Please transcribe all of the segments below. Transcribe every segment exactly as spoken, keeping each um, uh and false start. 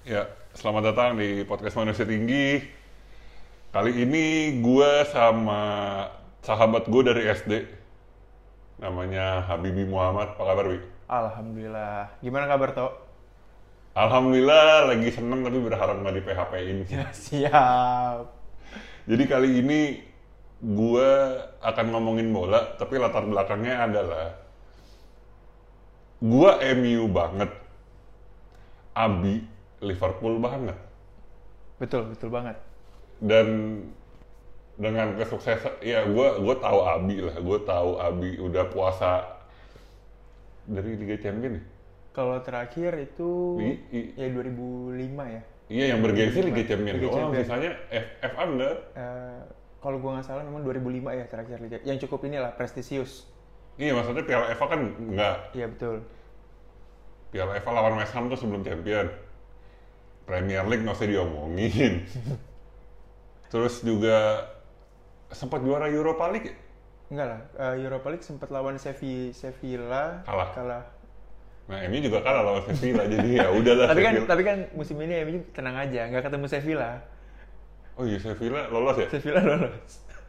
Ya, selamat datang di podcast Manusia Tinggi. Kali ini gue sama sahabat gue dari S D. Namanya Habibi Muhammad. Apa kabar, Bi? Alhamdulillah. Gimana kabar, Tok? Alhamdulillah lagi seneng tapi berharap nggak di P H P-in. Ya, siap. Jadi kali ini gue akan ngomongin bola, tapi latar belakangnya adalah gue M U banget, Abi Liverpool banget. Betul, betul banget. Dan dengan kesuksesan, ya gue gue tahu Abi lah, gue tahu Abi udah puasa dari Liga Champions. Kalau terakhir itu I, i, ya dua ribu lima ya. iya yang bergengsi Liga Champions. Liga Oh, Champions. sisanya F, F A enggak? Eh, kalau gua nggak salah memang dua ribu lima ya terakhir Liga. Yang cukup inilah prestisius. Iya, maksudnya Piala F A kan enggak. Iya, betul. Piala F A lawan West Ham tuh sebelum Champion. Premier League nggak usah diomongin. Terus juga sempat juara Europa League ya? Enggak lah, eh, Europa League sempat lawan Sevi- Sevilla Kalah. kalah. Nah, M U juga kalah lawan Sevilla, jadi ya udahlah Tapi kan Sevilla. tapi kan musim ini M U tenang aja, nggak ketemu Sevilla. Oh iya, Sevilla lolos ya? Sevilla lolos.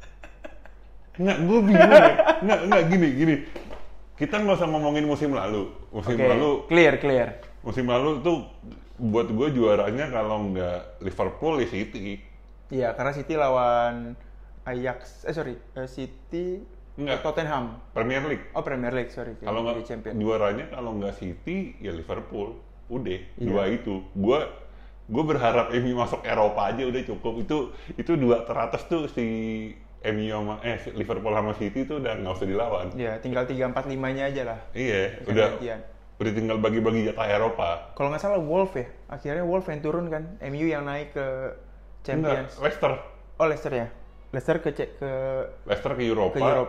Nggak, gue bingung ya. Nggak, nggak, gini, gini. Kita nggak usah ngomongin musim lalu. Musim Oke, lalu, clear, clear. musim lalu tuh buat gue juaranya kalau nggak Liverpool ya City. Iya, karena City lawan Ajax, eh sorry, eh, City Enggak. Tottenham. Premier League. Oh, Premier League, sorry. Kalau Liga nggak Champion. juaranya kalau nggak City ya Liverpool. Udah, Iya. dua itu. Gue gue berharap M U masuk Eropa aja udah cukup. Itu itu dua teratas tuh si M U sama eh si Liverpool sama City tuh udah nggak usah dilawan. Iya, tinggal tiga empat limanya aja lah. Iya, Bukan udah gantian. udah tinggal bagi-bagi jatah Eropa. Kalau nggak salah Wolf ya, akhirnya Wolf yang turun kan, M U yang naik ke Enggak, Champions. Leicester. Oh, Leicester ya. Leicester ke C- ke Leicester ke Eropa. ke Europe.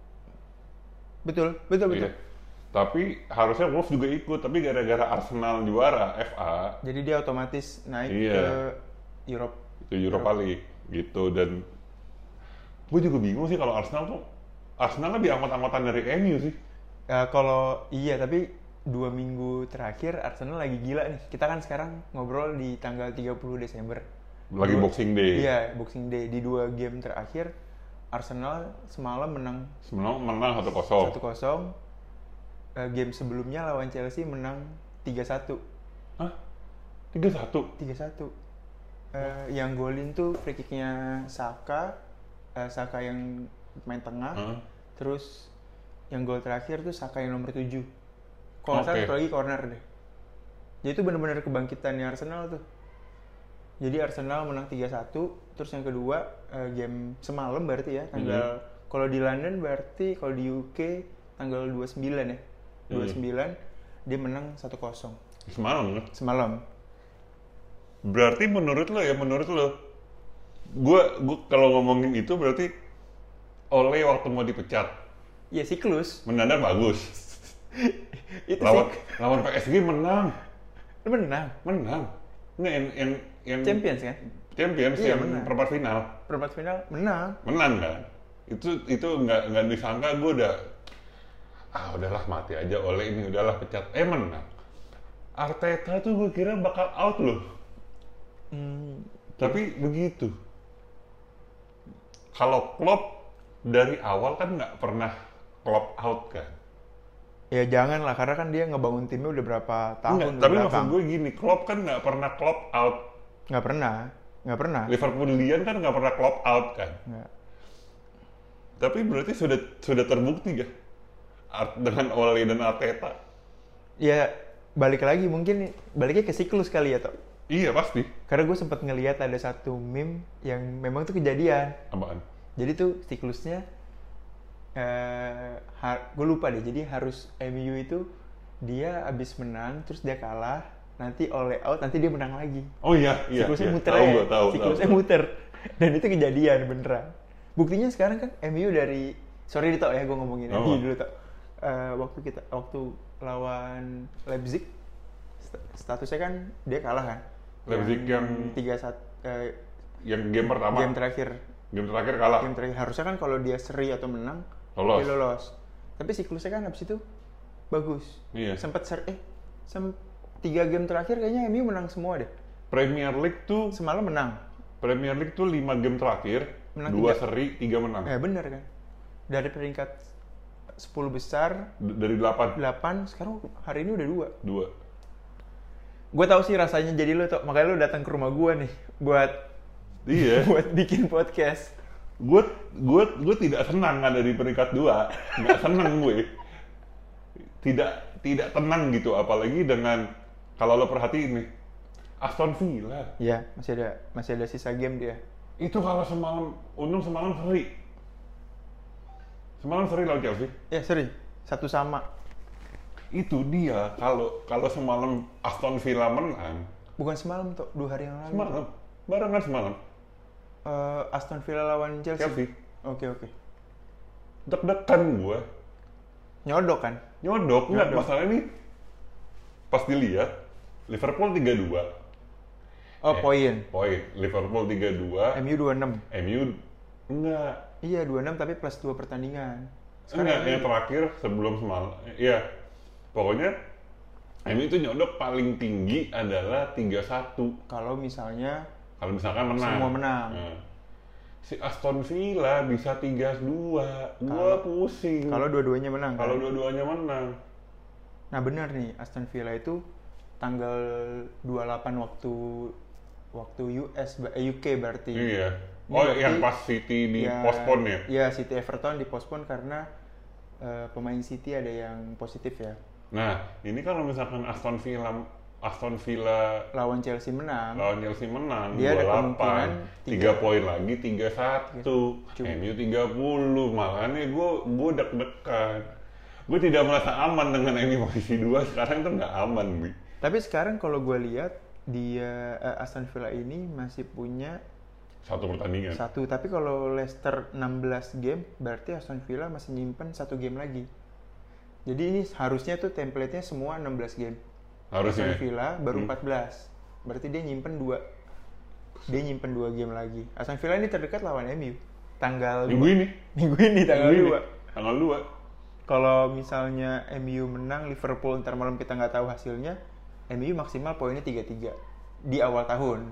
Betul, betul, betul. Iya. Tapi harusnya Wolves juga ikut, tapi gara-gara Arsenal juara F A, Jadi dia otomatis naik Iya. ke Europe. itu Europa League gitu. Dan gue juga bingung sih kalau Arsenal tuh, Arsenal lebih amat-amatan dari M U sih. Ya, kalau iya, tapi dua minggu terakhir Arsenal lagi gila nih. Kita kan sekarang ngobrol di tanggal tiga puluh Desember. Lagi Dua- Boxing Day. Iya, Boxing Day. Di dua game terakhir Arsenal semalam menang Sebenarnya menang satu kosong. satu kosong. Eh, game sebelumnya lawan Chelsea menang tiga satu. Hah? tiga satu? tiga satu. Eh, yang golin tuh free kicknya Saka, eh, Saka yang main tengah. Hah? Terus yang gol terakhir tuh Saka yang nomor tujuh. Kalau nggak salah Oke. satu lagi corner deh. Jadi itu benar-benar kebangkitannya Arsenal tuh. Jadi Arsenal menang tiga satu, terus yang kedua eh, game semalam berarti ya, tanggal kalau di London berarti kalau di U K tanggal dua puluh sembilan ya. dua puluh sembilan dia menang satu kosong Semalam kan? semalam. Berarti menurut lo ya, menurut lo, gue gue kalau ngomongin itu berarti Ole waktu mau dipecat, Ya siklus. mendadak bagus. Itu Lawan sih lawan P S G menang, menang. menang. Nggak yang yang, yang Champions kan? Champions Iya, yang menang. perempat final, Perempat final menang. menang kan? Itu itu nggak nggak disangka, gue udah ah udahlah mati aja Ole ini, udahlah pecat. Eh menang. Arteta tuh gue kira bakal out loh, Hmm, tapi begitu. Kalau Klopp dari awal kan nggak pernah Klopp out kan? ya jangan lah, karena kan dia ngebangun timnya udah berapa tahun Enggak, tapi belakang. maksud gue gini, Klopp kan nggak pernah Klopp out. Nggak pernah, nggak pernah. Liverpoolian kan nggak pernah Klopp out kan? Nggak. Tapi berarti sudah sudah terbukti kan? Art- dengan Ole dan Arteta. Ya balik lagi, mungkin baliknya ke siklus kali ya Tok. Iya pasti. Karena gue sempat ngelihat ada satu meme yang memang tuh kejadian. Apaan? Jadi tuh siklusnya, eh gue lupa deh. Jadi harus M U itu dia abis menang, terus dia kalah, nanti Ole out, nanti dia menang lagi. Oh iya, iya. Siklusnya iya. muter Tahu ya. gua, tahu, Siklusnya tahu. muter. Dan itu kejadian beneran. Buktinya sekarang kan M U dari, sorry nih Tok ya gue ngomongin M U Oh. dulu Tok. Eh, waktu kita waktu lawan Leipzig, st- statusnya kan dia kalah kan. Leipzig yang- tiga satu eh, Yang game pertama, game game, terakhir. terakhir kalah. Game terakhir harusnya kan kalau dia seri atau menang Lolos. dia lolos. Tapi siklusnya kan abis itu bagus. Iya. Sempat ser eh sem tiga game terakhir kayaknya M U menang semua deh. Premier League tuh Semalam menang. Premier League tuh lima game terakhir, Menang dua tiga. seri, tiga menang. Eh bener kan? Dari peringkat sepuluh besar, D- dari delapan, delapan, sekarang hari ini udah dua. dua. Gue tahu sih rasanya jadi lo, Tok. Makanya lo datang ke rumah gue nih buat Iya. buat bikin podcast. Gue gue gue tidak senang ada di peringkat dua, nggak senang gue. Tidak tidak tenang gitu, apalagi dengan kalau lo perhatiin nih, Aston Villa. Iya, masih ada masih ada sisa game dia. Itu kalau semalam, untung semalam seri. Semalam seri lawan Chelsea. Ya, sorry. Satu sama. Itu dia, kalau kalau semalam Aston Villa menang, Bukan semalam, Tok. Dua hari yang lalu. semalam, barengan semalam, Eh, Aston Villa lawan Chelsea. Chelsea. Oke, oke. Deg-degan gue. Nyodok kan? Nyodok, enggak, Nyodok. masalah ini pas dilihat, Liverpool tiga dua. Oh, Eh, poin. Poin, Liverpool tiga dua, M U dua puluh enam. M U enggak. Iya, dua puluh enam tapi plus dua pertandingan. Enggak, M U yang terakhir sebelum semalam. Iya. Pokoknya M U itu nyodok paling tinggi adalah tiga satu. kalau misalnya Kalau misalkan menang. Semua menang. Nah. Si Aston Villa bisa tiga dua. Gua Kalau- pusing. kalau dua-duanya menang Kalau kan? dua-duanya menang. Nah, benar nih, Aston Villa itu tanggal dua puluh delapan waktu waktu U S ba- eh, U K berarti. Iya. Ini Oh, berarti- yang pas City di Ya, postpone ya? Iya, City Everton dipospon karena eh, pemain City ada yang positif ya. Nah, ini kalau misalkan Aston Villa Aston Villa Lawan Chelsea menang. lawan Chelsea menang Dia ada dua puluh delapan, kemungkinan tiga tiga- poin lagi tiga satu, Cuma- M U tiga puluh, makanya gue gue deg-degan. Gue tidak merasa aman dengan M U posisi dua, sekarang tuh nggak aman, Bi. Tapi sekarang kalau gue lihat dia eh, Aston Villa ini masih punya Satu pertandingan. satu, tapi kalau Leicester enam belas game berarti Aston Villa masih nyimpen satu game lagi. Jadi ini harusnya tuh template-nya semua enam belas game. Harusnya. Aston Villa baru Hmm. empat belas. Berarti dia nyimpen dua. Dia nyimpen dua game lagi. Aston Villa ini terdekat lawan M U. Tanggal Minggu dua. ini. Minggu ini tanggal Minggu ini. dua. Tanggal dua. Kalau misalnya M U menang, Liverpool ntar malam kita nggak tahu hasilnya, M U maksimal poinnya tiga tiga di awal tahun.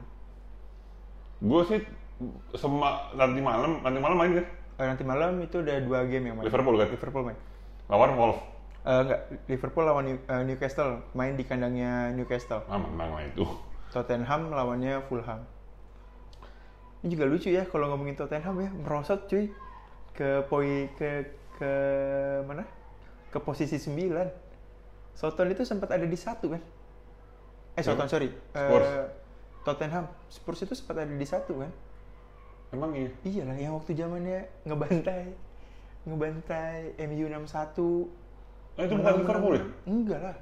Gue sih sema nanti malam nanti malam main kan? Eh, nanti malam itu ada dua game yang main. Liverpool kan? Liverpool main. Lawan Wolves. Eh, enggak, Liverpool lawan New- eh, Newcastle, main di kandangnya Newcastle. Ah, menang lah itu. Tottenham lawannya Fulham. Ini juga lucu ya kalau ngomongin Tottenham ya, merosot cuy ke poin ke ke mana? Ke posisi sembilan. Soton itu sempat ada di satu kan? Eh, Soton Siapa? sorry. Eh, Spurs. Tottenham, Spurs itu sempat ada di satu kan? Emang iya. Iyalah, yang waktu zamannya ngebantai ngebantai M U enam satu. Oh, itu bukan Liverpool ya? Enggak lah.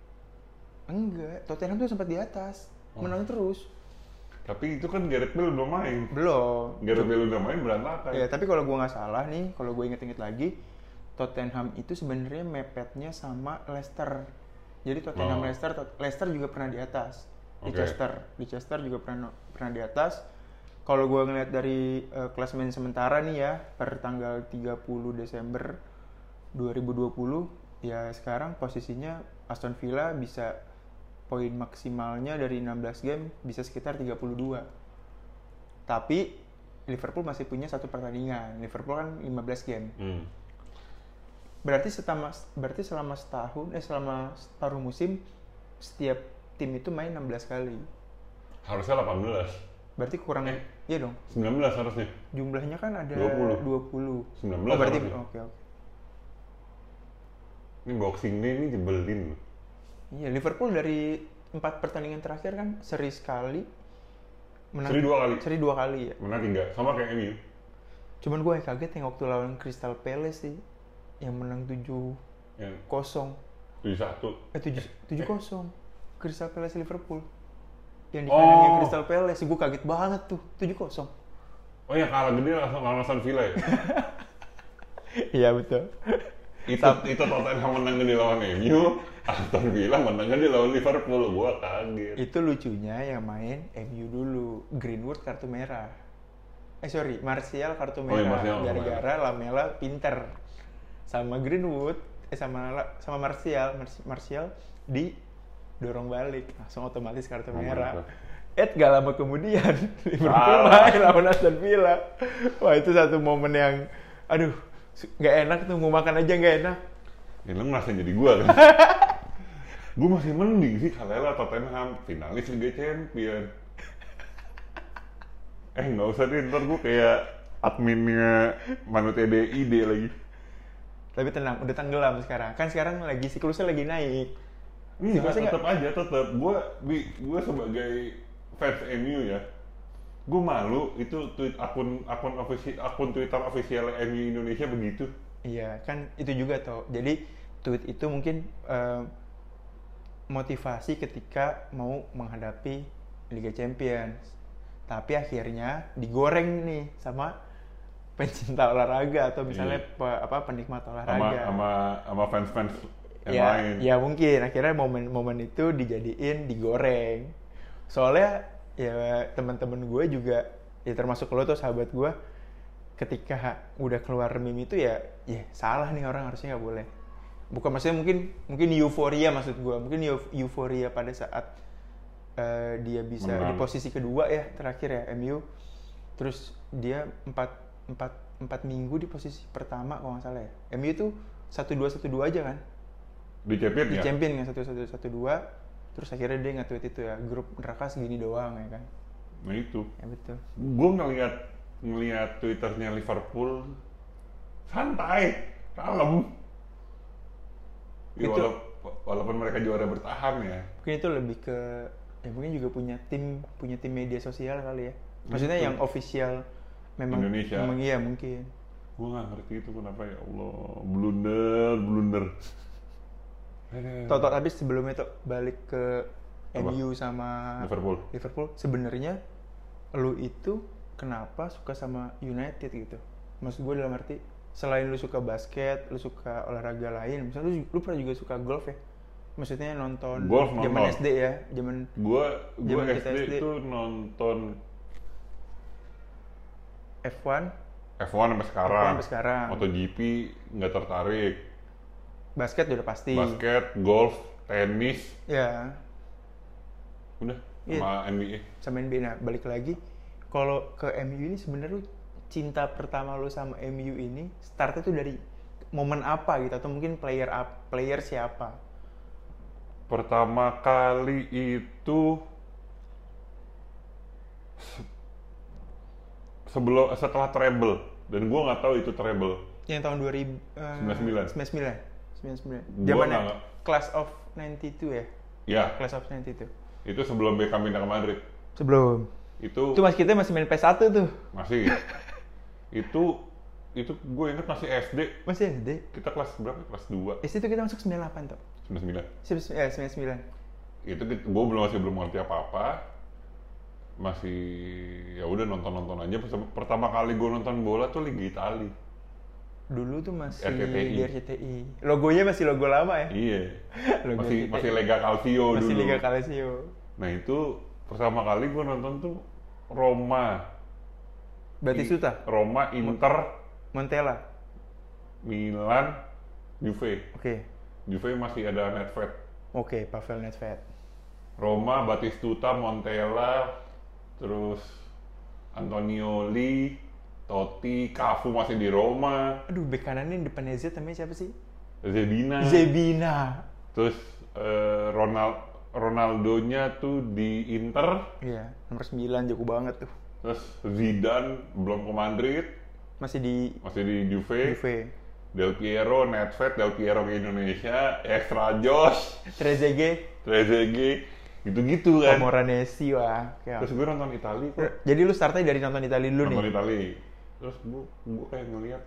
Enggak, Tottenham tuh sempat di atas. Oh. Menang terus. Tapi itu kan Gareth Bale belum main. Belum. Gareth Bale udah main berantakan. Ya, tapi kalau gua nggak salah nih, kalau gue inget-inget lagi, Tottenham itu sebenarnya mepetnya sama Leicester. Jadi Tottenham Oh. Leicester, Tot- Leicester juga pernah di atas. Oke. Leicester, Leicester juga pernah pernah di atas. Kalau gue ngeliat dari eh, klasemen sementara nih ya, per tanggal tiga puluh Desember dua ribu dua puluh, ya sekarang posisinya Aston Villa bisa poin maksimalnya dari enam belas game bisa sekitar tiga puluh dua. Tapi Liverpool masih punya satu pertandingan. Liverpool kan lima belas game. Hmm. Berarti selama berarti selama setahun eh selama separuh musim setiap tim itu main enam belas kali. Harusnya delapan belas. Berarti kurang Eh. iya dong. sembilan belas harusnya. Jumlahnya kan ada dua puluh. dua puluh. sembilan belas Oh, berarti harusnya. oke oke. Ini Boxing Day ini jebelin. Iya, Liverpool dari empat pertandingan terakhir kan seri sekali. Menang, Seri dua kali. Seri dua kali ya. Menang tiga. Sama kayak M U. Cuman gue kaget yang waktu lawan Crystal Palace sih yang menang tujuh Yang kosong. tujuh satu. Eh tujuh tujuh kosong. Crystal Palace Liverpool. Yang di Oh. kandangnya Crystal Palace, gue kaget banget tuh, tujuh kosong. Oh ya, kalah gede langsung lawan Aston Villa ya? Iya betul. itu itu Tottenham menang gede lawan M U, Aston Villa menang gede lawan Liverpool. Gua kaget. Itu lucunya yang main M U dulu, Greenwood kartu merah. Eh sorry, Martial kartu Oh, iya, merah. Martial kartu Gara-gara Lamela pinter sama Greenwood, eh sama sama Martial, Martial di dorong balik, langsung otomatis kartu Oh, merah. mantap. Eh gak lama kemudian Liverpool Salah. main lawan Aston Villa. Wah itu satu momen yang, aduh, nggak enak tuh, mau makan aja nggak enak. Ya lu ngerasa jadi gua kan. Gua masih mending sih kalah Tottenham finalis Liga Champion. Eh nggak usah deh, ntar gua kayak adminnya Manute D I D lagi. Tapi tenang, udah tenggelam sekarang. Kan sekarang lagi siklusnya lagi naik. Enggak, Siklusnya tetap aja, tetap. Gua, bi- gua sebagai fans M U ya, gua malu itu tweet akun akun ofisi, akun Twitter official M U Indonesia begitu. Iya, kan itu juga toh. Jadi tweet itu mungkin eh, motivasi ketika mau menghadapi Liga Champions. Tapi akhirnya digoreng nih sama pencinta olahraga atau misalnya Iya. pe- apa penikmat Sama olahraga. sama sama fans-fans yang ya, lain. ya mungkin akhirnya momen-momen itu dijadiin digoreng. Soalnya ya teman-teman gue juga ya termasuk lo tuh sahabat gue, ketika udah keluar meme itu ya ya salah nih orang, harusnya nggak boleh. Bukan maksudnya mungkin mungkin euforia maksud gue, mungkin eu- euforia pada saat eh, dia bisa Menang. di posisi kedua ya terakhir ya M U, terus dia empat empat empat minggu di posisi pertama kalau nggak salah ya. M U tuh satu dua satu dua aja kan Di Champion di ya? champion kan satu satu satu dua, terus akhirnya dia nge-tweet itu ya, grup neraka segini doang ya kan. Nah itu. Ya betul. Gue ngeliat ngeliat Twitternya Liverpool santai, kalem. Ya, Itu- wala- walaupun mereka juara bertahan ya. Mungkin itu lebih ke ya mungkin juga punya tim punya tim media sosial kali ya. Maksudnya Betul. yang official memang Indonesia. memang iya mungkin. Gue nggak ngerti itu kenapa ya Allah, blunder blunder. Aduh. Toto habis sebelumnya tuh balik ke Apa? M U sama Liverpool. Liverpool. Sebenarnya lu itu kenapa suka sama United gitu? Maksud gue dalam arti selain lu suka basket, lu suka olahraga lain, misalnya lu, lu pernah juga suka golf ya? Maksudnya nonton Golf zaman nonton. S D ya, zaman Gue gue Zaman S kita D S D. itu nonton F satu, F satu sampai sekarang. F satu sampai sekarang. MotoGP nggak tertarik. basket udah pasti. Basket, golf, tenis, Ya, udah Iya. sama N B A. sama N B A. Nah, balik lagi, kalau ke M U ini sebenarnya lu cinta pertama lu sama M U ini startnya tuh dari momen apa gitu, atau mungkin player up, player siapa? Pertama kali itu se- sebelum setelah treble, dan gue nggak tahu itu treble. Yang tahun dua ribu eh, sembilan puluh sembilan. sembilan puluh sembilan sembilan puluh sembilan. Gua Zamannya nggak- Class of sembilan puluh dua ya? Ya, Class of sembilan puluh dua. itu sebelum Beckham pindah ke Madrid. Sebelum. Itu, Itu mas kita masih main P S satu tuh. masih itu itu gue inget masih S D. Masih S D. Kita kelas berapa? Kelas dua, S D itu kita masuk sembilan puluh delapan tuh. sembilan puluh sembilan. Ya, sembilan puluh sembilan. Itu gue belum masih belum ngerti apa-apa. Masih ya udah nonton-nonton aja. Pertama kali gue nonton bola tuh Liga Italia. Dulu tuh masih R C T I. di R C T I. Logonya masih logo lama ya? Iya. Logo masih R C T I. masih Lega Calcio Masih dulu. Liga Calcio. Nah itu pertama kali gue nonton tuh Roma. Batistuta, Roma, Inter, Montella. Milan, Juve. Oke. Juve masih ada Nedved. Oke, Pavel Nedved. Roma, Batistuta, Montella, terus Antonioli, Totti, Cafu masih di Roma, Aduh, bek kanannya depannya Z namanya siapa sih? Zebina. Zebina. Terus eh, Ronald Ronaldonya tuh di Inter, Iya, nomor sembilan jago banget tuh. terus Zidane belum ke Madrid, Masih di masih di Juve. Juve. Del Piero, Nedved, Del Piero ke Indonesia, Extra Josh, Trezeguet, Trezeguet, gitu-gitu kan. Moranesi, wah. Terus Kayak. gue nonton Italia kok, Jadi lu startnya dari nonton Italia dulu nonton nih? Italia. Terus gue gue kayak ngeliat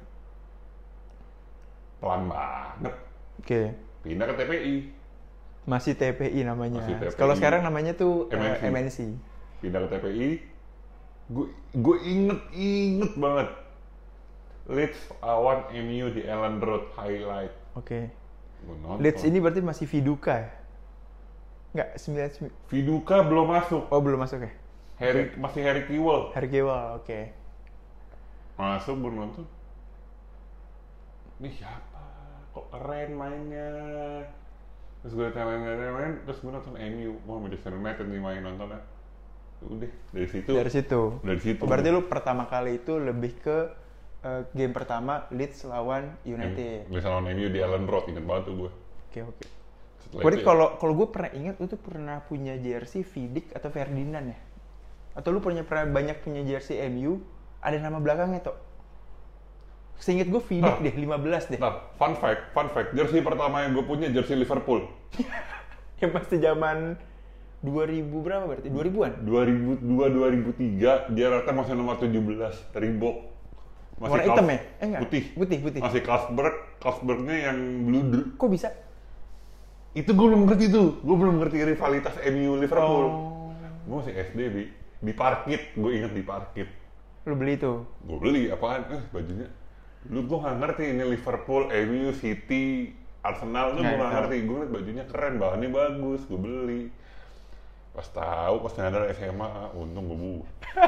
pelan banget, Oke. pindah ke T P I, Masih T P I namanya. Masih T P I. Kalau sekarang namanya tuh eh, M N C. M N C. pindah ke T P I. Gue gue inget inget banget. Leeds lawan M U di Ellen Road highlight. Oke. Gue nonton. Leeds ini berarti masih Viduka ya? Enggak, sembilan sembilan. Viduka belum masuk. Oh, belum masuk ya? Harry masih Harry Kewell. Hargewal, oke. Masuk gue nonton. Ini siapa? Kok keren mainnya? Terus gue liat main main main, terus gue nonton M U. Wah, Manchester United nih main nontonnya. Udah dari situ. Dari situ. Dari situ. Berarti lu pertama kali itu lebih ke uh, game pertama Leeds lawan United. Leeds lawan M U di Ellen Road, inget banget tuh gue. Oke oke. Setelah Berarti itu ya, kalau kalau gue pernah ingat lu tuh pernah punya jersey Vidic atau Ferdinand ya? Atau lu punya pernah banyak punya jersey M U ada nama belakangnya toh? Seinget gue Vidic Ah. deh lima belas deh. Nah, fun fact, fun fact, jersey pertama yang gue punya jersey Liverpool. Yang pasti zaman dua ribu berapa berarti? dua ribuan? dua ribu dua dua ribu tiga dia rata masih nomor tujuh belas Reebok. Warna Carl- hitam ya? Eh enggak. Putih. Putih, putih. Masih Carlsberg, Carlsbergnya yang blue. Kok bisa? Itu gue belum ngerti tuh, gue belum ngerti rivalitas M U Liverpool. Oh. Gue masih S D di di parkit, gue inget di parkit. Lu beli itu? Gue beli apaan? Eh bajunya. Lu gue nggak ngerti ini Liverpool, M U, City, Arsenal tuh gue Nggak nggak tahu. ngerti. Gue liat bajunya keren, bahannya bagus, gue beli. Pas tahu, pas nyadar S M A, untung gue bu.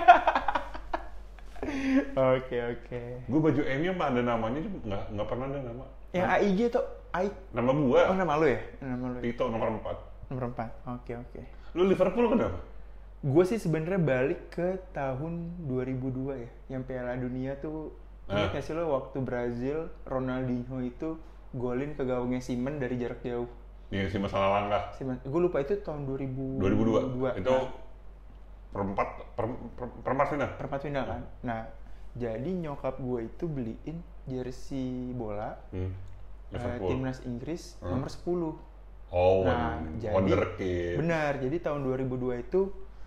Oke oke. Gue baju M U mah ada namanya, cuma nggak nggak pernah ada nama. Yang A I G tuh A I. Nama gue, Oh nama lu ya? Nama lu. Ya? Tito nomor empat. Nomor empat. Oke oke. Lu Liverpool kenapa? Gue sih sebenarnya balik ke tahun dua ribu dua ya, yang Piala Dunia tuh. Ah. Ingat gak sih lo waktu Brazil Ronaldinho itu golin ke gawangnya Simon dari jarak jauh. Ini sih masalah langkah. Simon, gue lupa itu tahun dua ribu dua ribu dua. Itu Nah, perempat per, per, perempat final. perempat final kan. Nah, jadi nyokap gue itu beliin jersey bola Hmm. eh, Liverpool. timnas Inggris Hmm. nomor sepuluh. Oh, Nah, one- jadi wonderkid. benar. Jadi tahun dua ribu dua itu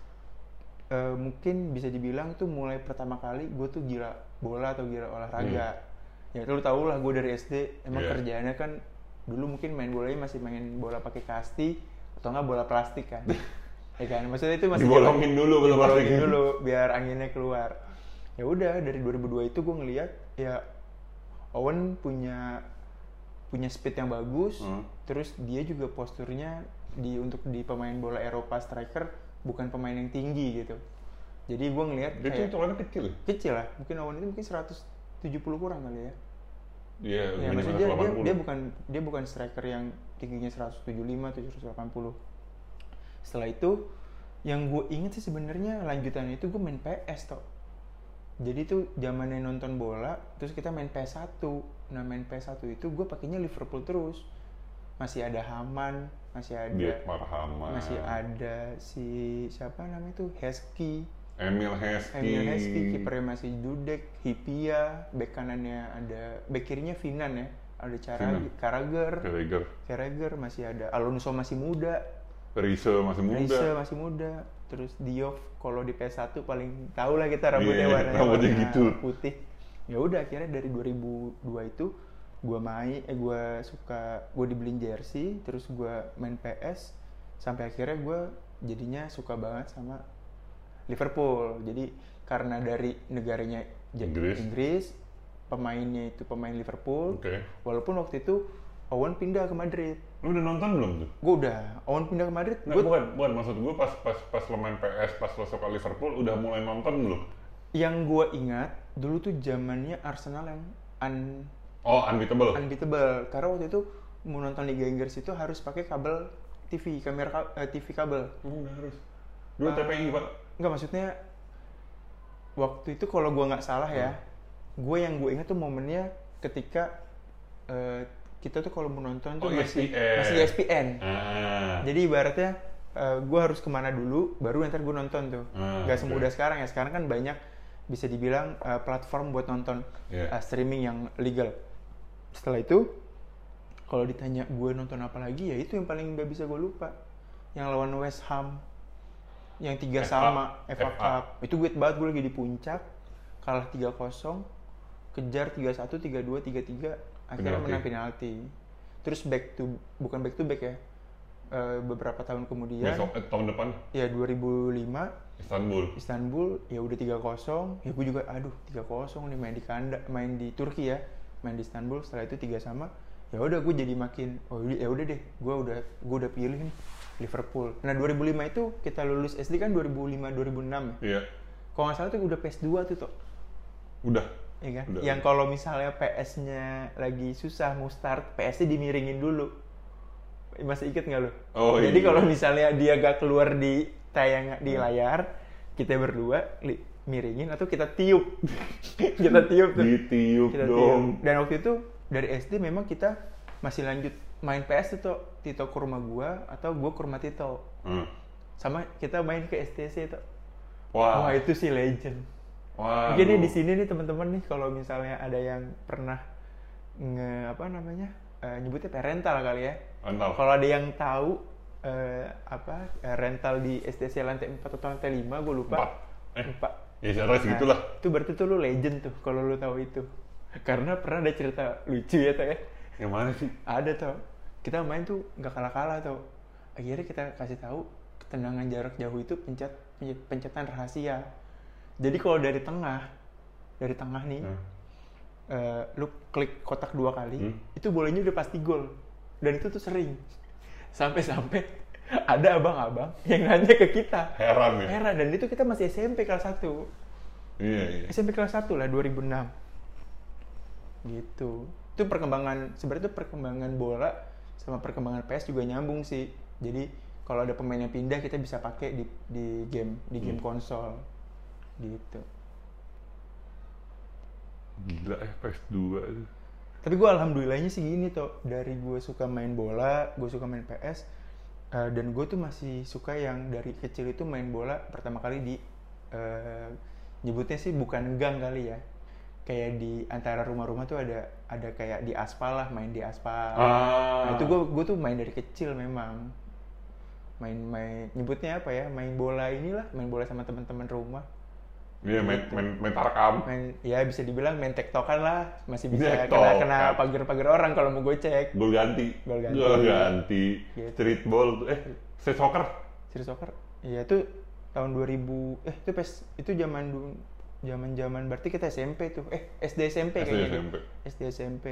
eh, mungkin bisa dibilang tuh mulai pertama kali gue tuh gila bola atau gila olahraga. Ya itu lu tau lah gue dari S D emang Iya. kerjaannya kan dulu mungkin main bolanya masih main bola pakai kasti atau enggak bola plastik kan. Ya kan maksudnya itu masih Dibolongin dulu bola dibolongin plastiknya. dulu biar anginnya keluar. Ya udah dari dua ribu dua itu gue ngeliat ya Owen punya punya speed yang bagus, Hmm. terus dia juga posturnya di untuk di pemain bola Eropa striker bukan pemain yang tinggi gitu. Jadi gue ngelihat Dia tuh kayak hitungannya kecil ya? kecil lah, mungkin Owen itu mungkin seratus tujuh puluh kurang kali ya. Iya, Ya minimal maksudnya dia, dia, delapan puluh. dia bukan dia bukan striker yang tingginya seratus tujuh puluh lima, tujuh ratus delapan puluh. Setelah itu yang gue inget sih sebenarnya lanjutannya itu gue main P S toh. Jadi tuh zamannya nonton bola, terus kita main P S satu. Nah main P S satu itu gue pakainya Liverpool terus. Masih ada Haman, masih ada Dia Marhama. masih ada si siapa namanya tuh Heskey, Emil Heskey. Emil Heskey, kipernya masih Dudek, Hipia, bek kanannya ada, bek kirinya Finan ya, ada cara Finan. Carragher, Carragher. Carragher masih ada, Alonso masih muda, Riese masih muda. Riese masih muda, terus Diop kalau di P S satu paling tahu lah kita rambutnya Iya, warnanya rambutnya warna gitu. putih. Ya udah akhirnya dari dua ribu dua itu gue main, eh gue suka, gue dibeliin jersey, terus gue main P S, sampai akhirnya gue jadinya suka banget sama Liverpool. Jadi karena dari negaranya J- Inggris. Inggris, pemainnya itu pemain Liverpool. Oke. Walaupun waktu itu Owen pindah ke Madrid. Lu udah nonton belum tuh? Gue udah, Owen pindah ke Madrid. Nggak, Gue bukan, bukan. Maksud gue pas, pas, pas lo main P S, pas lo suka Liverpool, udah mulai nonton belum? yang gue ingat dulu tuh zamannya Arsenal yang un, Oh, unbeatable. unbeatable. Karena waktu itu mau nonton Liga Inggris itu harus pakai kabel T V, kamera ka- eh, T V kabel. Oh, udah harus. Dulu T P I, Pak. Enggak, maksudnya waktu itu kalau gue nggak salah ya, gue yang gue ingat tuh momennya ketika eh, kita tuh kalau mau nonton tuh Oh, masih E S P N. masih E S P N. Ah. Jadi ibaratnya gue harus kemana dulu, baru ntar gue nonton tuh. Ah, Gak oke. semudah sekarang ya. Sekarang kan banyak bisa dibilang eh, platform buat nonton Iya. eh, streaming yang legal. Setelah itu, kalau ditanya gue nonton apa lagi, ya itu yang paling gak bisa gue lupa. Yang lawan West Ham, yang tiga F A. sama F A F A. Cup. Itu gue banget, gue lagi di puncak, kalah tiga kosong, kejar tiga satu, tiga dua, tiga tiga, akhirnya Penalti. menang penalti. Terus back to, bukan back to back ya, eh, beberapa tahun kemudian, Besok, eh, tahun depan, ya dua ribu lima, Istanbul. Istanbul, ya udah tiga kosong, ya gue juga, aduh tiga kosong nih main di kandang, main di Turki ya, main di Istanbul, setelah itu tiga sama, ya udah gue jadi makin, oh ya udah deh, gue udah gue udah pilih nih Liverpool. Nah dua ribu lima itu kita lulus S D kan dua ribu lima dua ribu enam ya. Iya. Kalau nggak salah tuh udah P S dua tuh toh. Udah. Iya kan? Udah, Yang udah. kalau misalnya P S-nya lagi susah mau start, P S-nya dimiringin dulu. Masih inget nggak lo? Oh, Jadi iya. kalau misalnya dia gak keluar di tayang di layar, kita berdua li, miringin atau kita tiup. Kita tiup tuh. Ditiup Kita dong. tiup. Dan waktu itu dari S D memang kita masih lanjut main P S itu, Tito ke rumah gua atau gua ke rumah Tito. Hmm. Sama kita main ke S T C itu. Wah. Wah, itu sih legend. Wah. Mungkin nih di sini nih teman-teman nih kalau misalnya ada yang pernah nge apa namanya? Uh, nyebutnya rental kali ya. Rental. Kalau ada yang tahu uh, apa uh, rental di S T C lantai empat atau lantai lima, gue lupa. Empat. Eh. Empat. Ya secara segitulah. Nah, itu berarti tuh lu legend tuh kalau lu tahu itu. Karena pernah ada cerita lucu ya tuh ya. Yang mana sih? Ada tuh. Kita main tuh nggak kalah-kalah tuh. Akhirnya kita kasih tahu tendangan jarak jauh itu pencet, pencet pencetan rahasia. Jadi kalau dari tengah, dari tengah nih, hmm. uh, lu klik kotak dua kali, hmm. itu bolanya udah pasti gol. Dan itu tuh sering. Sampai-sampai ada abang-abang yang nanya ke kita. Heran ya? Heran, dan itu kita masih S M P kelas satu. Iya, iya. S M P kelas satu lah, dua ribu enam. Gitu. Itu perkembangan, sebenarnya itu perkembangan bola sama perkembangan P S juga nyambung sih. Jadi kalau ada pemain yang pindah kita bisa pakai di di game di game hmm. konsol gitu. Gila ya P S dua itu. Tapi gue alhamdulillahnya sih gini tuh, dari gue suka main bola, gue suka main P S, uh, dan gue tuh masih suka yang dari kecil itu main bola pertama kali di uh, nyebutnya sih bukan gang kali ya. Kayak di antara rumah-rumah tuh ada ada kayak di aspal lah, main di aspal. Ah. Nah itu gue gue tuh main dari kecil memang. Main-main nyebutnya apa ya? Main bola inilah, main bola sama teman-teman rumah. Iya, main, gitu. main main tarakam. Main, ya bisa dibilang main tektokan lah, masih bisa Tektok. kena kena pagar-pagar orang kalau mau gue cek. Gol ganti. Gol ganti. Gol ganti. Gitu. Street ball eh street soccer. Street soccer. Iya itu tahun dua ribu eh itu pas itu zaman dulu zaman-zaman berarti kita S M P tuh. Eh S D S M P kayaknya. S D S M P. S D S M P.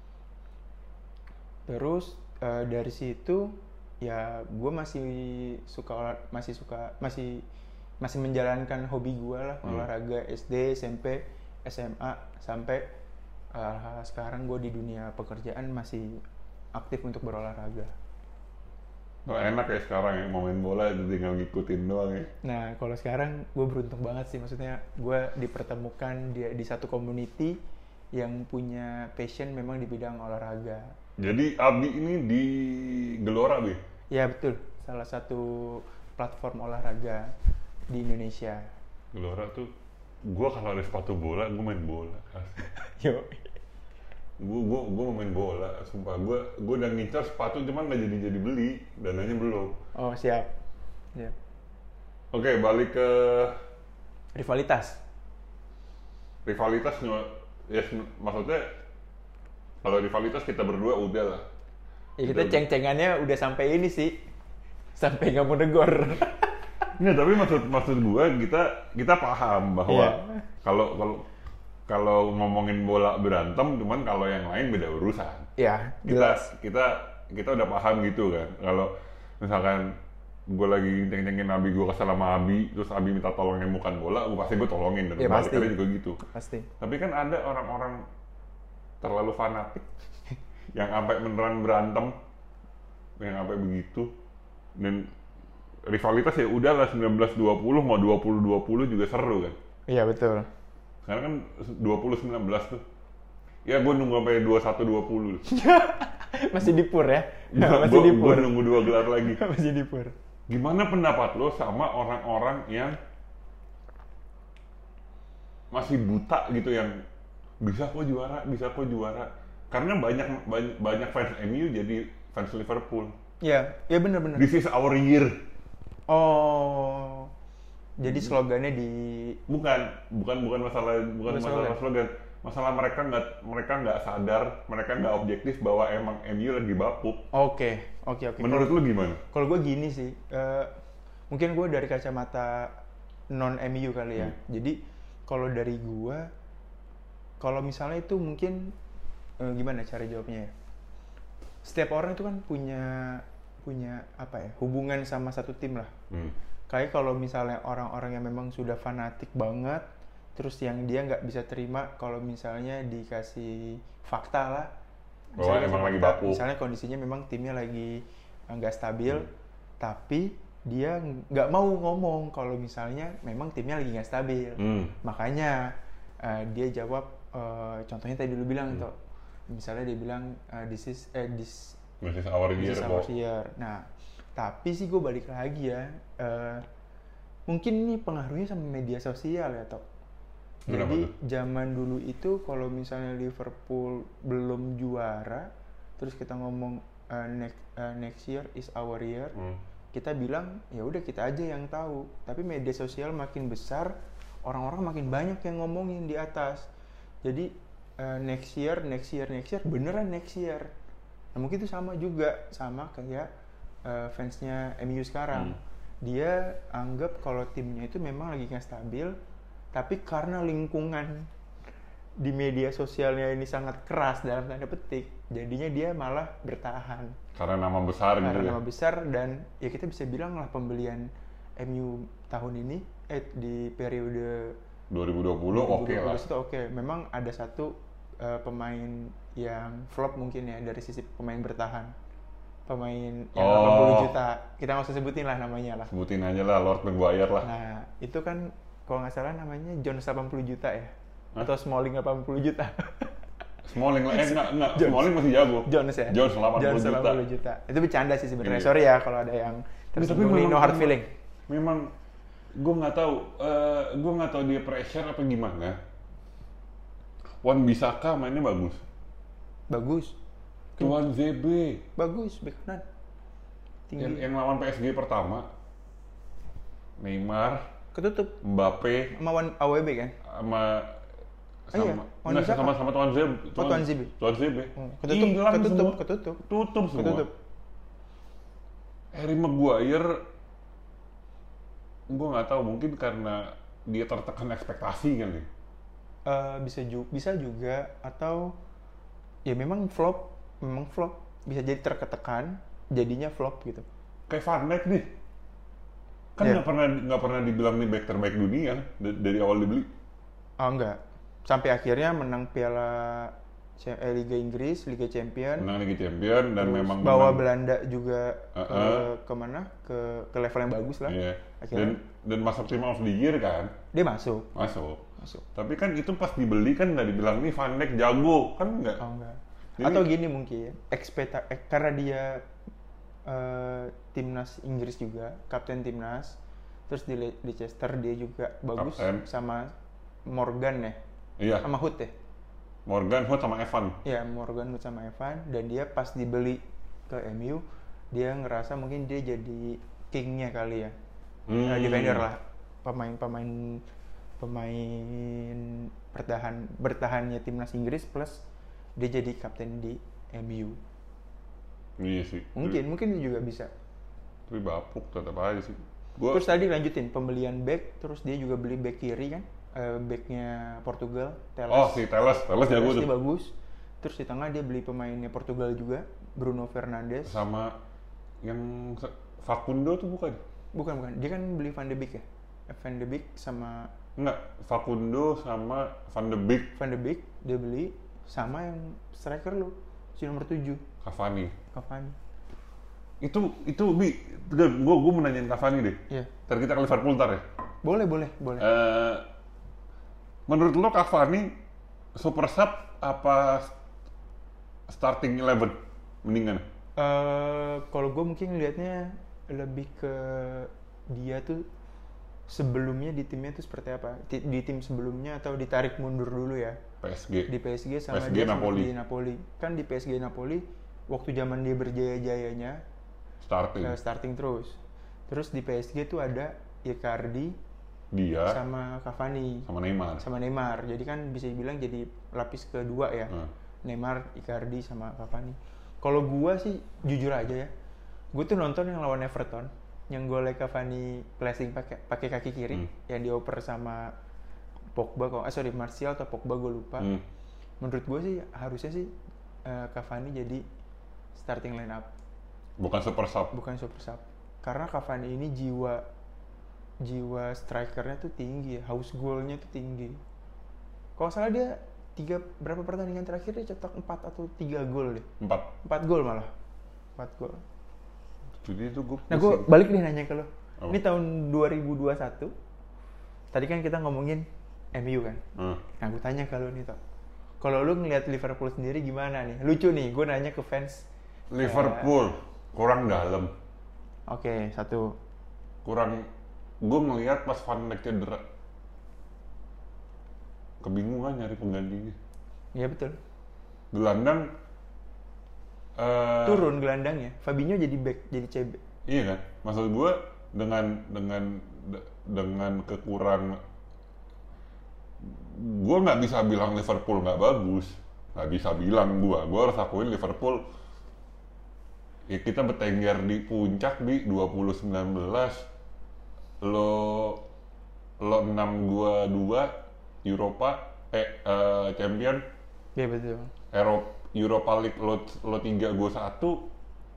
Terus uh, dari situ ya gue masih suka masih suka masih masih menjalankan hobi gue lah, hmm. olahraga S D, S M P, S M A sampai uh, sekarang gue di dunia pekerjaan masih aktif untuk berolahraga. Oh, enak ya sekarang ya mau main bola tinggal ngikutin doang ya. Nah kalau sekarang gue beruntung banget sih, maksudnya gue dipertemukan di, di satu community yang punya passion memang di bidang olahraga. Jadi Abdi ini di Gelora Bi? Ya betul, salah satu platform olahraga di Indonesia. Gelora tuh, gue kalau ada sepatu bola, gue main bola. Yo. Gue gue gue mau main bola, sumpah gue gue udah ngincar sepatu cuman nggak jadi jadi beli, dananya belum. Oh siap. Siap. Oke, balik ke rivalitas. Rivalitas ya maksudnya kalau rivalitas kita berdua udah lah. Ya kita ceng-cengannya udah sampai ini sih, sampai nggak mau negor. Nggak, tapi maksud maksud gue kita kita paham bahwa kalau yeah. kalau kalau ngomongin bola berantem, cuman kalau yang lain beda urusan. Iya. Kita kita kita udah paham gitu kan. Kalau misalkan gue lagi ceng-cengin Abi, gue kesel sama Abi, terus Abi minta tolong nemukan bola, gue pasti gue tolongin dan ya, balikannya juga gitu. Pasti. Tapi kan ada orang-orang terlalu fanatik yang sampai beneran berantem, yang sampai begitu, dan rivalitas ya udahlah sembilan belas dua puluh mau dua puluh dua puluh juga seru kan. Iya betul. Sekarang kan dua puluh sembilan belas tuh. Ya gue nunggu sampai dua puluh satu dua puluh. Masih di pur ya? Gua, Masih gua, di pur. Gue nunggu dua gelar lagi. Masih di pur. Gimana pendapat lo sama orang-orang yang masih buta gitu, yang bisa kok juara, bisa kok juara? Karena banyak banyak, banyak fans M U jadi fans Liverpool. Iya, iya benar-benar. This is our year. Oh. Jadi slogannya di bukan bukan bukan masalah bukan masalah, masalah slogan, masalah mereka nggak mereka nggak sadar, mereka nggak objektif bahwa emang M U lagi bapuk. Oke oke oke. Menurut lu gimana? Kalau gue gini sih, uh, mungkin gue dari kacamata non M U kali ya. Hmm. Jadi kalau dari gue, kalau misalnya itu mungkin uh, gimana cara jawabnya ya? Setiap orang itu kan punya punya apa ya, hubungan sama satu tim lah. Hmm. Kayak kalau misalnya orang-orang yang memang sudah fanatik banget, terus yang dia nggak bisa terima kalau misalnya dikasih fakta lah, bahwa emang lagi bapuk, misalnya kondisinya memang timnya lagi nggak stabil, hmm. tapi dia nggak mau ngomong kalau misalnya memang timnya lagi nggak stabil. Hmm. Makanya uh, dia jawab, uh, contohnya tadi dulu bilang Hmm. tuh, misalnya dia bilang uh, this is eh this This is our year, this is our Bo. year. Nah, tapi sih gue balik lagi ya, uh, mungkin ini pengaruhnya sama media sosial ya, Tok. Kenapa Jadi tuh? zaman dulu itu kalau misalnya Liverpool belum juara, terus kita ngomong uh, next uh, next year is our year, Hmm. kita bilang ya udah kita aja yang tahu. Tapi media sosial makin besar, orang-orang makin banyak yang ngomongin di atas. Jadi uh, next year, next year, next year, beneran next year. Nah, mungkin itu sama juga sama kayak uh, fansnya M U sekarang. Hmm. Dia anggap kalau timnya itu memang lagi nggak stabil, tapi karena lingkungan di media sosialnya ini sangat keras dalam tanda petik, jadinya dia malah bertahan. Karena nama besar gitu Karena ya. nama besar, dan ya kita bisa bilang lah pembelian M U tahun ini eh di periode dua ribu dua puluh oke lah. itu oke. Memang ada satu uh, pemain yang flop mungkin ya dari sisi pemain bertahan. Pemain yang Oh. delapan puluh juta. Kita nggak usah sebutin lah namanya lah. Sebutin aja lah Lord Maguire lah. Nah, itu kan kalau nggak salah namanya Jones delapan puluh juta ya. Hah? Atau Smalling delapan puluh juta. Smalling lah, eh enggak, enggak. Jones. Smalling masih jago. Jones ya? Jones delapan puluh Jones juta. delapan puluh juta. Itu bercanda sih sebenarnya. Iya. Sorry ya kalau ada yang tersinggung nih, no hard memang- feeling. Memang gue nggak tahu, eh gue nggak tahu dia pressure apa gimana. Wan Bissaka mainnya bagus. Bagus. Tuan Z B Bagus, bek kanan. Tinggi. yang, yang lawan P S G pertama, Neymar, Ketutup. Mbappe, Sama Wan A W B kan? sama Ah, iya. sama Wan nggak, Bissaka. sama sama Tuan Z B. Oh, Tuan Z B. Tuan Z B. Hmm, Ketutup, Hilang ketutup, semua. ketutup. Tutup semua. Ketutup. Harry Maguire, gue nggak tahu, mungkin karena dia tertekan ekspektasi kan nih. Eh, bisa juga, bisa juga atau ya memang flop, memang flop. Bisa jadi terketekan, jadinya flop gitu. Kayak Van Dijk nih, kan Iya. nggak pernah nggak pernah dibilang nih back terbaik dunia da- dari awal dibeli. Oh enggak. Sampai akhirnya menang Piala C- eh, Liga Inggris, Liga Champion. Menang Liga Champion dan Terus memang bawa menang- Belanda juga ke Uh-uh. kemana? Ke ke level yang bagus lah. Iya. Akhirnya Dan dan masuk team of the year kan, dia masuk, masuk. masuk. Tapi kan itu pas dibeli kan nggak dibilang nih Van Dijk jago, kan nggak. Oh enggak. Jadi- Atau gini mungkin, ekspekta eh, karena dia eh, timnas Inggris juga, kapten timnas. Terus di Le- Leicester dia juga bagus Kapten. sama Morgan ya, Iya. sama Hood ya. Morgan Hood sama Evan. Ya, Morgan Hood sama Evan, dan dia pas dibeli ke M U, dia ngerasa mungkin dia jadi kingnya kali ya. Hmm. Eh, defender lah, pemain-pemain pemain bertahan bertahannya timnas Inggris plus dia jadi kapten di M U. Iya sih. Mungkin mungkin dia juga bisa. Tapi bapuk tetap aja sih. Gua Terus tadi lanjutin pembelian back, terus dia juga beli back kiri kan, eh, backnya Portugal, Telles. Oh si Telles, Telles jago Telles tuh. dia bagus. Terus di tengah dia beli pemainnya Portugal juga, Bruno Fernandes. Sama yang se- Facundo tuh bukan? Bukan bukan, dia kan beli Van de Beek ya. Van de Beek sama Enggak, Facundo sama Van de Beek, Van de Beek dia beli sama yang striker lu, si nomor tujuh, Cavani. Cavani. Itu itu bi, gue gue mau nanyain Cavani deh. Iya. Ntar kita ke Liverpool ntar ya. Boleh, boleh, boleh. Eh, menurut lo Cavani super sub apa starting eleven mendingan? Eh, kalau gue mungkin lihatnya lebih ke dia tuh sebelumnya di timnya tuh seperti apa? Di, di tim sebelumnya atau ditarik mundur dulu ya? P S G. Di P S G sama P S G dia sama Napoli. di Napoli. Kan di P S G Napoli waktu zaman dia berjaya-jayanya Starting. eh, starting terus. Terus di P S G tuh ada Icardi Dia sama Cavani sama Neymar. sama Neymar. Jadi kan bisa dibilang jadi lapis kedua ya. Nah, Neymar, Icardi sama Cavani. Kalau gua sih jujur aja ya, gua tuh nonton yang lawan Everton, yang golnya Cavani flashing pakai pakai kaki kiri, Hmm. yang dioper sama Pogba kok, ah sorry Martial atau Pogba gue lupa. hmm. Menurut gua sih harusnya sih eh, Cavani jadi starting line up, Bukan super sub. bukan super sub. Karena Cavani ini jiwa jiwa strikernya tuh tinggi, ya, house goalnya tuh tinggi. Kalau salah dia tiga berapa pertandingan terakhir dia cetak empat atau tiga gol deh. Empat. Empat gol malah. Empat gol. Jadi itu gue Nah, gue balik nih nanya ke lo. Apa? Ini tahun dua ribu dua puluh satu. Tadi kan kita ngomongin M U kan. Hmm. Nah, gue tanya ke lo nih, Tok. Kalau lu ngeliat Liverpool sendiri gimana nih? Lucu nih, gue nanya ke fans. Liverpool kurang dalam. Oke, satu. Kurang, gue ngelihat pas Van Dijk cedera. Kebingungan nyari penggantinya. Iya betul. Gelandang eh, Turun gelandangnya. Fabinho jadi back, jadi C B. Iya kan? Maksud gue dengan dengan de- dengan kekurang, gue nggak bisa bilang Liverpool nggak bagus, nggak bisa bilang gue. Gue harus akuin Liverpool. Ya kita bertengger di puncak di dua ribu sembilan belas. Lo lo enam gua dua Eropa eh, eh champion. Iya betul. Eropa Europa League lo lo tiga gua satu.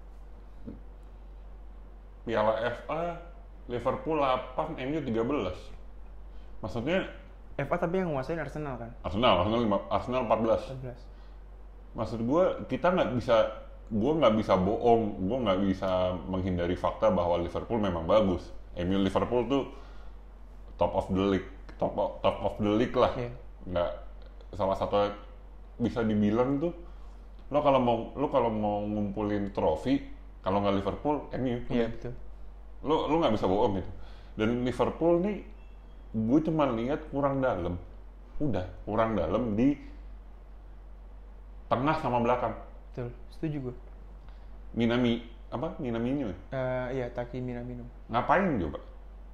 Piala F A Liverpool delapan, M U tiga belas. Maksudnya F A tapi yang nguasain Arsenal kan? Arsenal, Arsenal lima, Arsenal empat belas. empat belas. Maksud gue kita nggak bisa, gue nggak bisa bohong, gue nggak bisa menghindari fakta bahwa Liverpool memang bagus. M U Liverpool tuh top of the league, top of, top of the league lah. Iya. Nggak, salah satu bisa dibilang tuh lo kalau mau lo kalau mau ngumpulin trofi, kalau nggak Liverpool M U. Iya betul. Lo lo nggak bisa bohong gitu. Dan Liverpool nih gue cuma lihat kurang dalam, udah kurang dalam di tengah sama belakang. Betul, setuju gue. Minami apa Minamino Uh, iya, Taki Minamino. ngapain coba?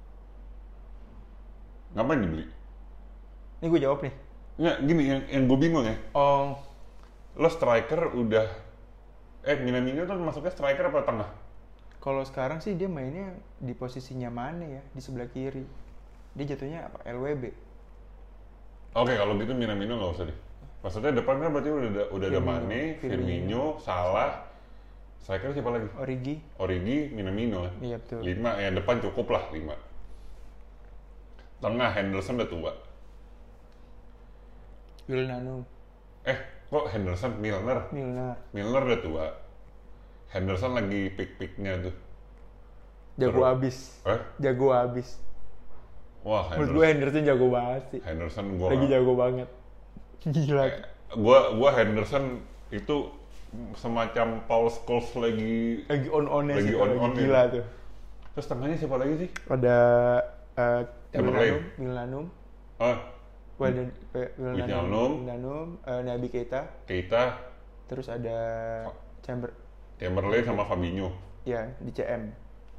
Ngapain dibeli? Ini gue jawab nih. Nggak, gini yang yang gue bingung ya. Oh, Lo striker udah eh Minamino tuh masuknya striker apa tengah? kalau sekarang sih dia mainnya di posisinya mana ya? Di sebelah kiri. Dia jatuhnya apa? L W B. Oke, kalau gitu Minamino nggak usah deh. Maksudnya depan kan berarti udah ada udah ada Firmino, Mane, Firmino. Firmino, Salah. Striker siapa lagi? Origi. Origi, Minamino. Iya betul. Lima, yang depan cukup lah lima. Tengah Henderson udah tua. Wilnanum. Eh, kok Henderson? Milner. Milner. Milner udah tua. Henderson lagi pick-picknya tuh. Jago Terus- abis. Eh? Jago abis. Wah, Menurut Henderson. gue Henderson jago banget sih. Henderson gua Lagi jago banget. Gila. Eh, gua gua Henderson itu semacam Paul Scholes lagi. Lagi on-onnya Lagi sih. Lagi on-on gila ini. tuh. Terus tengahnya siapa lagi sih? Ada uh, Chamberlain. Wilnanum. Wilnanum. Ah, Wildan, Wilnanum. Wijnaldum. Wilnanum. Uh, Naby Keita. Keita, Terus ada Chamber. Chamberlain sama Fabinho. Ya, di C M.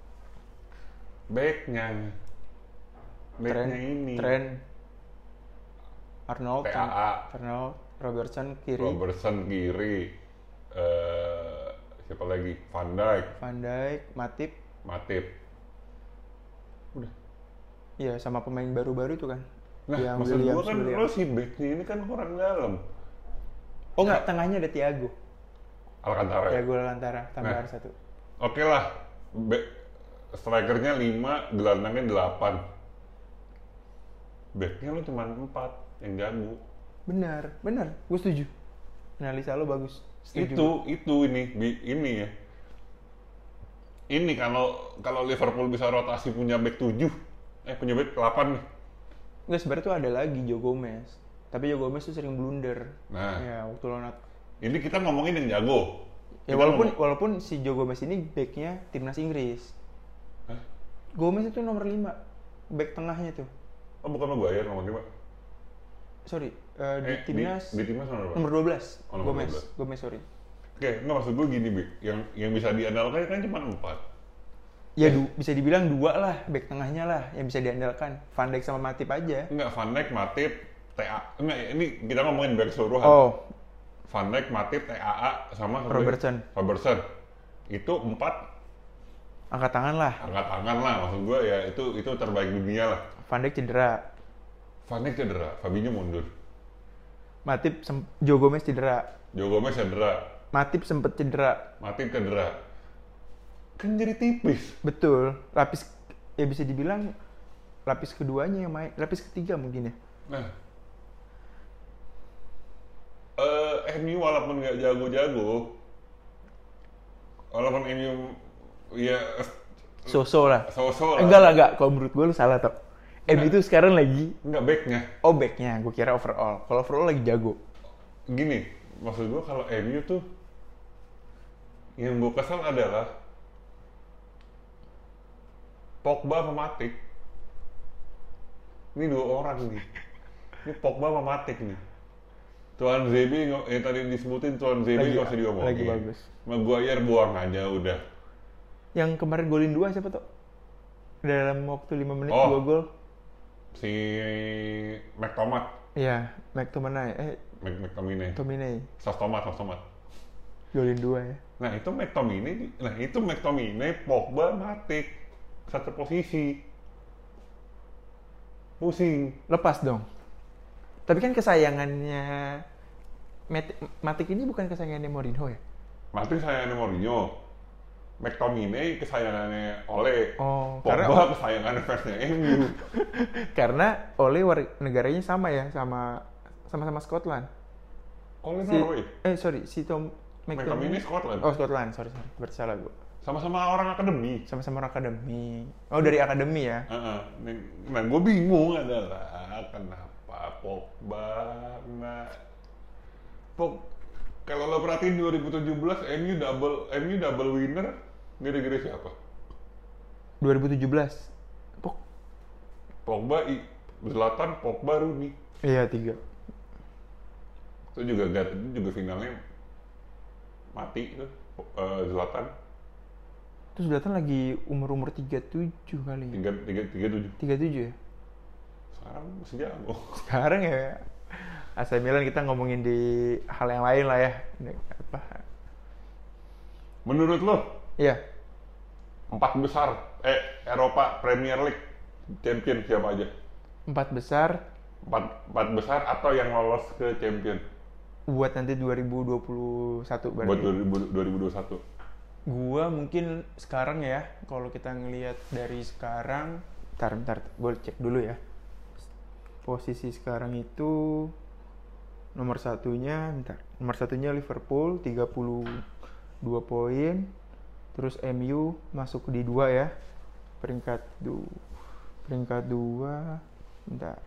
Backnya, backnya ini. Trent. Arnold. T A A. Arnold. Robertson kiri. Robertson kiri. Eh, siapa lagi? Van Dijk, Van Dijk. Matip. Matip. Udah. Iya, sama pemain baru-baru itu kan. Nah, Yang maksud Williams, gua kan Williams. lo si backnya ini kan kurang dalam. Oh enggak, tengahnya ada Thiago. Alcantara. ya? Thiago Alcantara, tambahan Nah. satu. Oke lah, back strikernya lima, gelandangnya delapan. Backnya lo cuma empat yang jago. Benar, benar. Gue setuju. Analisa lo bagus. Setuju. Itu itu ini bi- ini ya. Ini kalau kalau Liverpool bisa rotasi punya back tujuh, eh punya back delapan nih. Nggak, sebenarnya tuh ada lagi Joe Gomez. Tapi Joe Gomez tuh sering blunder. Nah. Ya, waktu lo not. Ini kita ngomongin yang jago. Ya Kita walaupun ngomong- walaupun si Joe Gomez ini backnya timnas Inggris. Hah? Gomez itu nomor lima. Back tengahnya tuh. Oh bukan Maguire nomor lima. Sorry, eh, di Eh, timnas di, di timnas nomor berapa? nomor dua belas. Oh, nomor Gomez. dua belas. Gomez, sorry. Oke, nggak maksud gue gini, Bi. Yang yang bisa diandalkan kan cuma empat. Ya du- bisa dibilang dua lah, back tengahnya lah yang bisa diandalkan. Van Dijk sama Matip aja. Enggak, Van Dijk, Matip, T A. Enggak, ini kita ngomongin back keseluruhan. Oh, Van Dijk, Matip, T A A sama satu lagi. Robertson. Robertson. Itu empat angkat tangan lah. angkat tangan lah, maksud gue ya itu itu terbaik dunia lah. Van Dijk cedera. Van Dijk cedera, Fabinho mundur. Matip sem- Joe Gomez cedera. Joe Gomez cedera, Matip sempet cedera. Matip cedera. Kan jadi tipis. Betul. Lapis ya bisa dibilang lapis keduanya yang main, lapis ketiga mungkin ya. Nah, eh M U walaupun nggak jago-jago, walaupun M U ya So-so lah. so-so lah. Enggak lah, enggak. Kalau menurut gue lu salah, Tok. M U Enggak. itu sekarang lagi, Enggak backnya. oh backnya, gue kira overall. Kalau overall lagi jago. Gini, maksud gue kalau M U tuh yang gue kesal adalah Pogba sama Matic. Ini dua orang nih. Ini Pogba sama Matic nih. Tuan Zebe yang tadi disebutin Tuan Zebe Lagi- nggak usah diomongin. lagi bagus. Maguire buang aja udah. Yang kemarin golin dua siapa, Tok? Dalam waktu lima menit, Oh. dua gol. Si McTominay, Iya, McTominay. Eh, Mc McTominay, Tominay. sos tomat, sos tomat. Golin dua ya. Nah itu McTominay, nah itu McTominay, Pogba, Matic, satu posisi. Pusing. Lepas dong. Tapi kan kesayangannya Mat- Matic ini bukan kesayangannya Mourinho ya? Matic sayangannya Mourinho, McTominay kesayangannya Ole, Oh, Pogba karena kesayangannya fansnya M U. karena Ole war- negaranya sama ya, sama sama-sama Scotland. Ole Si, Norway, eh sorry, si Tom McTominay Scotland. Oh, Scotland, sorry sorry, berarti salah gue. Sama-sama orang akademi. Sama-sama orang akademi. Oh, dari akademi ya? Heeh. Nah, gue bingung adalah kenapa Pogba, nah, Pog, kalau lo perhatiin dua ribu tujuh belas M U double M U double winner, gara-gara siapa? dua ribu tujuh belas. Pok. Pogba, I, Zlatan, Pogba, Rooney. Iya, tiga. Itu juga itu juga finalnya mati tuh uh, Zlatan Terus Zlatan lagi umur-umur tiga puluh tujuh kali. tiga tiga tiga tujuh. tiga puluh tujuh ya? Sekarang masih jago. Sekarang ya A C Milan kita ngomongin di hal yang lain lah ya. Ini apa? Menurut lo Iya. empat besar eh Eropa Premier League champion siapa aja? Empat besar Empat, empat besar atau yang lolos ke champion buat nanti dua ribu dua puluh satu berarti. buat dua ribu dua puluh satu. Gua mungkin sekarang ya, kalau kita ngelihat dari sekarang, ntar ntar gue cek dulu ya. Posisi sekarang itu nomor satunya, bentar. Nomor satunya Liverpool tiga puluh dua poin. Terus M U masuk di dua ya. Peringkat du peringkat dua, bentar.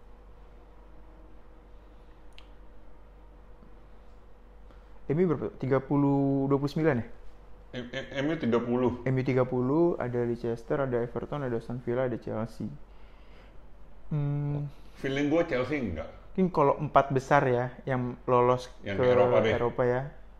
M U berapa? tiga puluh dua puluh sembilan ya? M- M- MU tiga puluh. M U tiga puluh, ada Leicester, ada Everton, ada Aston Villa, ada Chelsea. Hmm, Feeling gue Chelsea enggak. mungkin kalau empat besar ya yang lolos Yang ke ke Eropa deh. Eropa ya.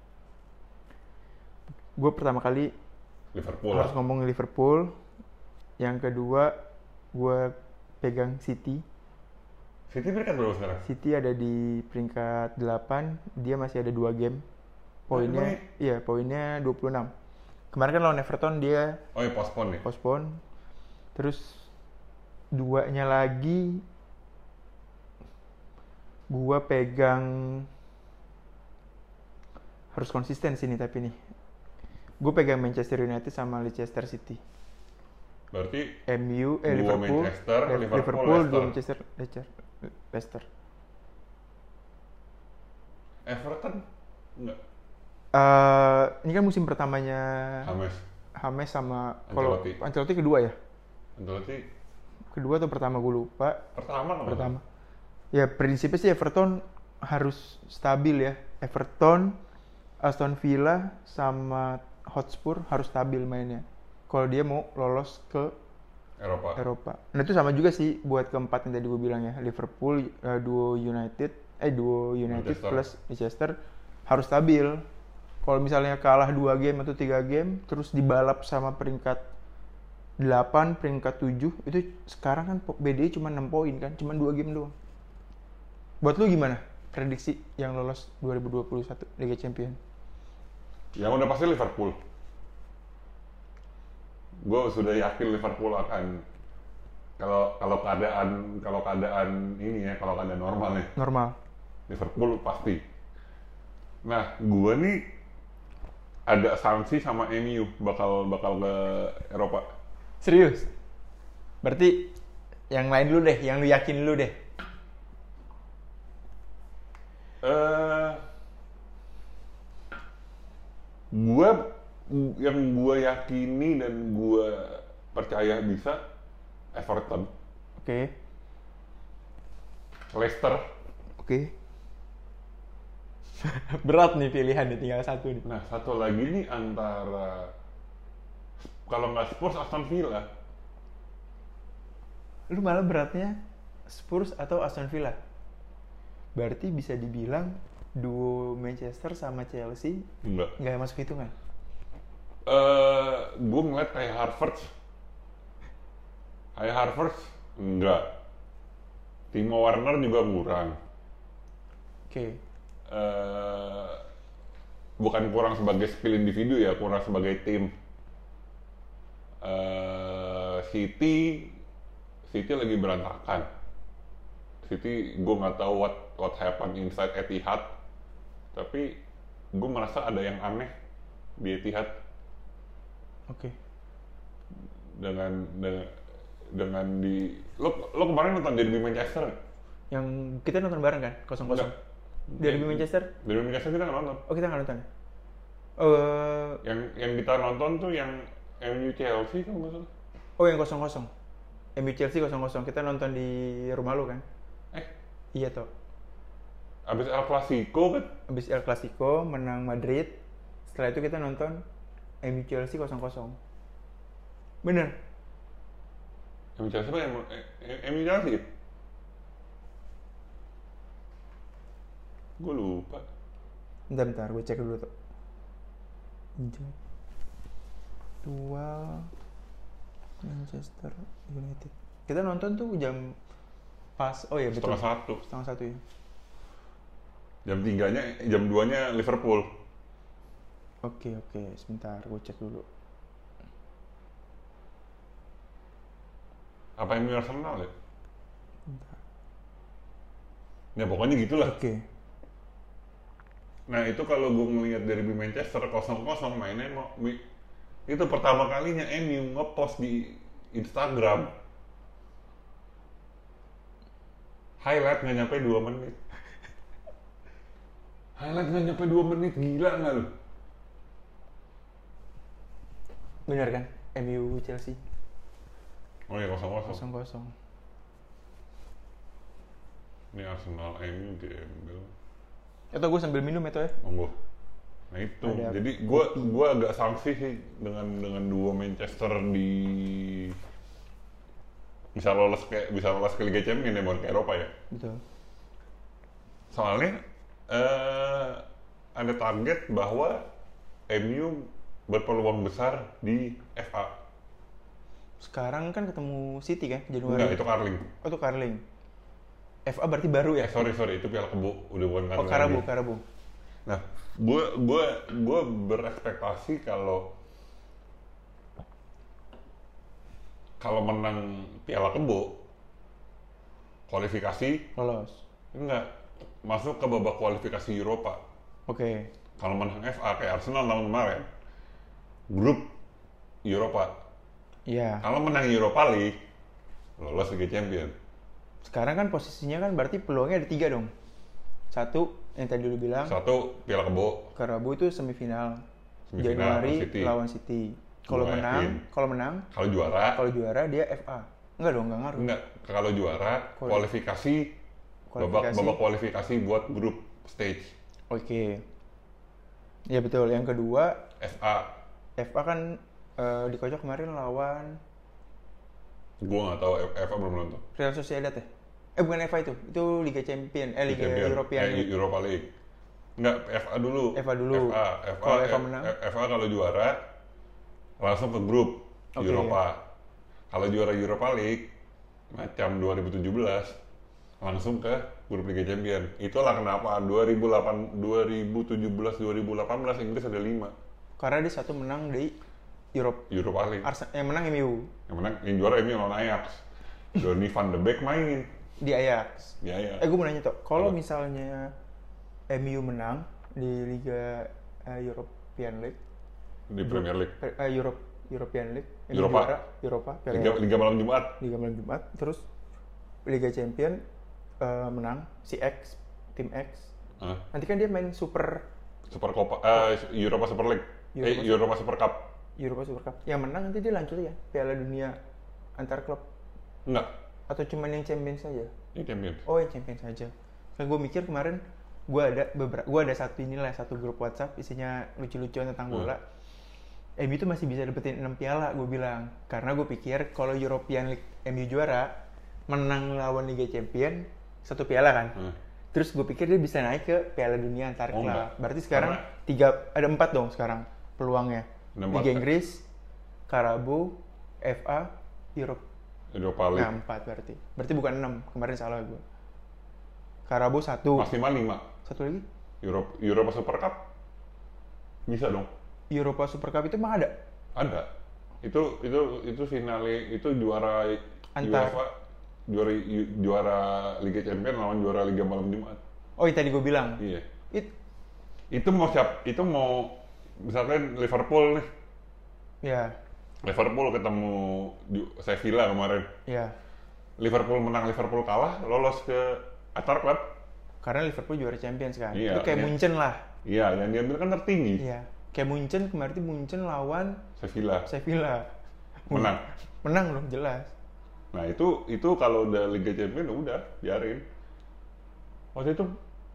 Gue pertama kali Liverpool harus lah. ngomong Liverpool. Yang kedua gue pegang City. City peringkat berapa sekarang? City ada di peringkat delapan, dia masih ada dua game. Poinnya, Nah, iya poinnya dua puluh enam. Kemarin kan lawan Everton dia Oh ya postpone ya. postpone. Terus duanya lagi gua pegang, harus konsisten sini tapi nih. Gue pegang Manchester United sama Leicester City. Berarti M U eh Dua Liverpool, Manchester, Le- Liverpool, Liverpool, Leicester. dua Manchester, Leicester, Leicester. Everton enggak. Eh, ini kan musim pertamanya James, James sama kalau Ancelotti. Ancelotti kedua ya? Ancelotti Kedua atau pertama gue lupa. pertama kan? Pertama. Ya prinsipnya sih Everton harus stabil ya. Everton, Aston Villa sama Hotspur harus stabil mainnya. Kalau dia mau lolos ke Eropa. Eropa. Nah itu sama juga sih buat keempat yang tadi gue bilang ya. Liverpool, uh, duo United, eh duo United Manchester. plus Leicester harus stabil. Kalau misalnya kalah dua game atau tiga game, terus dibalap sama peringkat delapan, peringkat tujuh, itu sekarang kan B D cuma enam poin kan, cuma dua game doang. Buat lu gimana prediksi yang lolos dua ribu dua puluh satu Liga Champions? Yang udah pasti Liverpool. Gue sudah yakin Liverpool akan kalau kalau keadaan kalau keadaan ini ya kalau keadaan normal nih Normal. Liverpool pasti. Nah, gue nih ada sanksi sama M U bakal bakal ke Eropa. Serius? Berarti yang lain dulu deh, yang lu yakin dulu deh. Eh, gue Yang gue yakini dan gue percaya bisa Everton, Oke. Leicester. Oke. Berat nih pilihan nih, tinggal satu nih. Nah satu lagi nih antara kalau nggak Spurs Aston Villa. Lu malah beratnya Spurs atau Aston Villa. Berarti bisa dibilang duo Manchester sama Chelsea Enggak. nggak masuk hitungan. Eh, gue ngeliat kayak Harvard, kayak Harvard enggak. Timo Werner juga kurang. Oke. Eh, bukan kurang sebagai skill individu ya, kurang sebagai tim. Eh, City, City lagi berantakan. City, gue nggak tahu what what happened inside Etihad, tapi gue merasa ada yang aneh di Etihad. Oke. dengan dengan dengan di lo lo kemarin nonton Derby Manchester nggak? Yang kita nonton bareng kan, kosong kosong. Nggak. Derby Manchester. Derby Manchester kita nggak nonton. Oh kita nggak nonton. Eh, Yang yang kita nonton tuh yang M U Chelsea kan nggak salah. oh yang kosong kosong. M U Chelsea kosong kosong. Kita nonton di rumah lu kan? Eh, Iya toh. abis El Clasico kan? Abis El Clasico menang Madrid. Setelah itu kita nonton M U Chelsea kosong kosong. Bener. M U Chelsea apa M U M U Chelsea? Gue lupa. Bentar bentar, gue cek dulu tuh. Dua Manchester United. Kita nonton tuh jam pas. Oh iya betul. Setengah satu. Setengah satu ya. Jam tiganya, jam duanya Liverpool. Oke oke, sebentar gue cek dulu. Apa M U Arsenal ya? Bentar. Ya pokoknya gitulah. Oke. Nah itu kalau gue ngelihat dari Manchester kosong kosong mainnya mau mi- itu pertama kalinya M U ngepost di Instagram highlight nggak nyampe dua menit. Highlight nggak nyampe dua menit, gila nggak lu? Bener kan? M U Chelsea Oh ya kosong kosong. kosong kosong. Ini Arsenal M U gembel. Atau gue sambil minum itu ya? Monggo. Nah itu, Ada jadi gue gue agak sanksi sih dengan dengan dua Manchester di bisa lolos kayak bisa lolos ke Liga Champions ya, bukan ke Eropa ya. Betul. Soalnya eh, ada target bahwa M U berpeluang besar di F A. Sekarang kan ketemu City kan Januari. Enggak, itu Carling. Oh itu Carling. F A berarti baru ya? Eh sorry sorry itu Piala Kebo, udah bukan Oh Carling Karabu, lagi. Karabu. Nah, gue gue gue berekspektasi kalau kalau menang Piala Kebo kualifikasi Lolos. enggak masuk ke babak kualifikasi Eropa. Oke. Kalau menang F A kayak Arsenal tahun kemarin, grup Eropa. Iya. Kalau menang Europa League, lolos Liga Champions. Sekarang kan posisinya kan berarti peluangnya ada tiga dong. Satu yang tadi lu bilang. Satu Piala Kebo, Karabu itu semifinal. Semifinal Januari City. lawan City. Kalau Gua menang, yakin. kalau menang, kalau juara kalau juara dia F A. Enggak dong, enggak ngaruh. enggak, kalau juara Kuali- kualifikasi, babak Kualifikasi. babak kualifikasi buat grup stage Oke. Ya betul. Yang kedua, F A. F A kan eh, dikocok kemarin lawan Gue nggak tahu F- F A belum nonton. Real Sociedad ya? Eh bukan F A itu, itu Liga Champion, eh Liga Champions, European eh, League. Europa League. Enggak, F A dulu. F A dulu. F A, F A, Kalau F A F- menang? F A kalau juara langsung ke grup Oke. Eropa. Kalau juara Europa League macam dua ribu tujuh belas langsung ke grup Liga Champion. Itulah kenapa dua ribu delapan, dua ribu tujuh belas, dua ribu delapan belas Inggris ada lima Karena dia satu menang di Europe. Europa League. Arsenal yang menang M U Yang menang, yang juara M U lawan Ajax. Donny van de Beek main. di Ajax. Ya ya. Eh gue mau nanya tuh, kalau Apa? misalnya M U menang di Liga eh, European League, Di Premier League. eh, eh, Europe European League, M U Eropa. juara, Eropa, Piala Liga, Eropa, Liga malam Jumat. Liga malam Jumat, terus Liga Champion eh, menang si X, tim X. Hah? Nanti kan dia main super Super Copa, eh, Europa Super League. Eh, Europa Super Cup. Europa Super Cup. Yang menang nanti dia lanjut ya Piala Dunia antar klub. Enggak. Atau cuman yang Champions saja? Ini Champions. Oh, yang Champions saja. Kan gue mikir kemarin gue ada beberapa, gue ada satu inilah satu grup WhatsApp isinya lucu-lucuan tentang bola. Hmm. M U itu masih bisa dapetin enam piala, gue bilang. Karena gue pikir kalau European League M U juara, menang lawan Liga Champion satu piala kan. Hmm. Terus gue pikir dia bisa naik ke Piala Dunia antar klub. Oh, berarti sekarang Karena... tiga ada empat dong sekarang peluangnya. Liga Inggris, Carabao, F A, Europe. Europa League. Nah, empat berarti. Berarti bukan enam. Kemarin salah gue. Carabao satu. Maksimal lima. Satu lagi? Europa Europa Super Cup. Bisa dong. Europa Super Cup itu emang ada? Ada. Itu itu itu finale itu juara antar UEFA, juara juara Liga Champions lawan juara Liga Malam Jumat. Oh, itu tadi gue bilang. Iya. It... Itu mau siap? Itu mau misalkan Liverpool nih. Iya. Liverpool ketemu Sevilla kemarin. Iya. Liverpool menang, Liverpool kalah, lolos ke antar klub. Karena Liverpool juara Champions kan. Iya, itu kayak iya. Munchen lah. Iya, yang diambil kan tertinggi. Iya. Kayak Munchen kemarin itu Munchen lawan Sevilla. Sevilla. Menang. Menang dong, jelas. Nah, itu itu kalau udah Liga Champions udah biarin. Waktu itu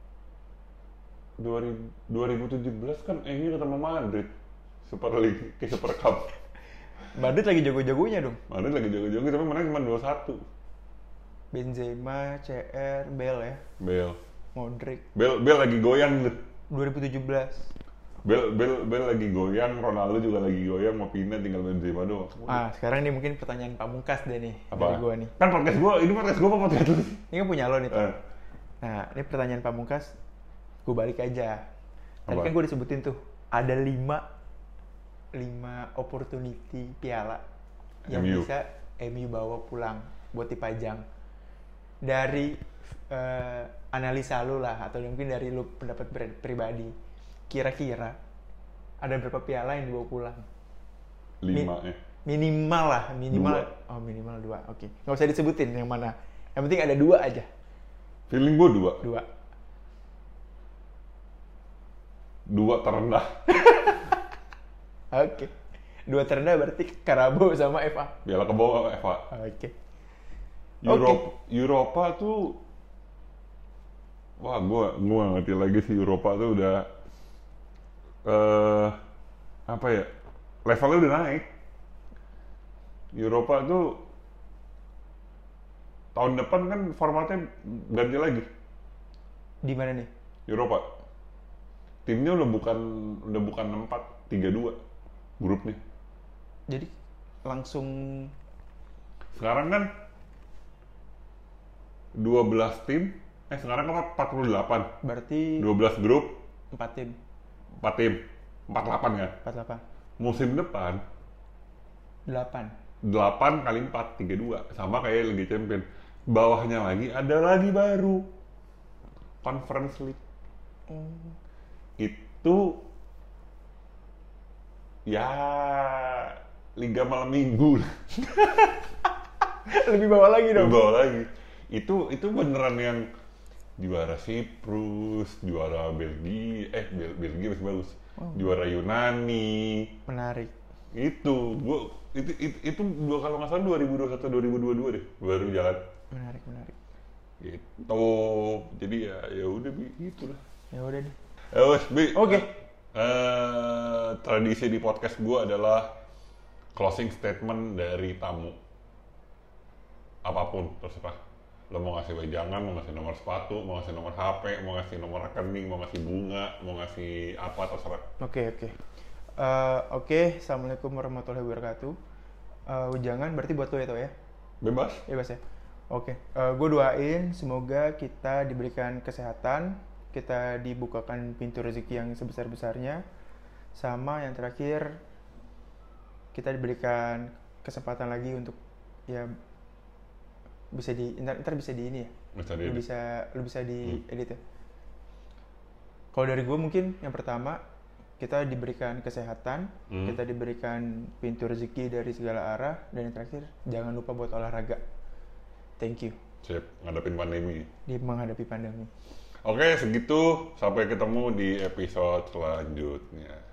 dua ribu tujuh belas kan M U ketemu Madrid. Super League, ke Super Cup. Madrid lagi jago-jagonya dong. Madrid lagi jago-jagonya tapi menang cuma dua satu. Benzema, C R, Bale ya. Bale. Modric. Bale, Bale lagi goyang tuh. dua ribu tujuh belas. Bale, Bale, Bale lagi goyang, Ronaldo juga lagi goyang, mau pindah tinggal Benzema doang. Ah, sekarang nih mungkin pertanyaan pamungkas deh nih. Apa? Dari gua nih. Kan podcast gua, ini podcast gua apa podcast lu? Ini kan punya lo nih. Eh. Nah, ini pertanyaan pamungkas. Gua balik aja. Tadi Apa? kan gua disebutin tuh, ada lima lima opportunity piala yang M U. bisa M U bawa pulang buat dipajang. Dari uh, analisa lu lah atau mungkin dari lu pendapat pribadi, kira-kira ada berapa piala yang dibawa pulang? Lima Mi- ya. Minimal lah, minimal. Dua. Oh, minimal dua. Oke. Okay. Nggak usah disebutin yang mana. Yang penting ada dua aja. Feeling gua dua. Dua. Dua terendah. Oke. Okay. Dua terendah berarti Carabao sama F A. Piala ke bawah F A. Oke. Okay. Euro, Okay. Eropa tuh, wah gua gua ngerti lagi sih Eropa tuh udah uh, apa ya, levelnya udah naik. Eropa tuh tahun depan kan formatnya ganti lagi. Di mana nih? Eropa. Timnya udah bukan udah bukan empat, tiga dua grupnya. Jadi langsung sekarang kan dua belas tim, eh sekarang kan empat puluh delapan. Berarti dua belas grup, empat tim. empat tim. empat puluh delapan kan? empat puluh delapan. Musim depan delapan. delapan kali empat, tiga dua. Sama kayak Liga Champions. Bawahnya lagi ada lagi baru. Conference League. Hmm. Itu ya Liga malam minggu. Lebih bawah lagi dong. Lebih bawah lagi. Itu itu beneran yang juara Siprus, juara Belgia, eh Bel Belgia masih bagus. Oh. Juara Yunani. Menarik. Itu gua itu itu, itu dua kalau nggak salah dua ribu dua puluh satu dua ribu dua puluh dua deh baru jalan. Menarik, menarik. Gitu. Jadi ya ya udah Bi, gitulah. Ya udah deh. Ya wes, Bi. Oke. Okay. Uh, tradisi di podcast gua adalah closing statement dari tamu. Apapun terserah. Lo mau ngasih wejangan, mau ngasih nomor sepatu, mau ngasih nomor H P, mau ngasih nomor rekening, mau ngasih bunga, mau ngasih apa terserah. Oke, okay, oke. Okay. Uh, oke, okay. Assalamualaikum warahmatullahi wabarakatuh. Uh, wejangan berarti buat lo ya, Toh ya? Bebas. Bebas ya? Oke. Okay. Uh, gue doain semoga kita diberikan kesehatan, kita dibukakan pintu rezeki yang sebesar-besarnya, sama yang terakhir kita diberikan kesempatan lagi untuk ya bisa di ntar, ntar bisa di ini ya, bisa di lu bisa lu bisa di hmm. edit ya. Kalau dari gue mungkin yang pertama kita diberikan kesehatan, hmm. kita diberikan pintu rezeki dari segala arah, dan yang terakhir jangan lupa buat olahraga. Thank you. Siap, ngadepin pandemi. Di menghadapi pandemi. Oke, segitu. Sampai ketemu di episode selanjutnya.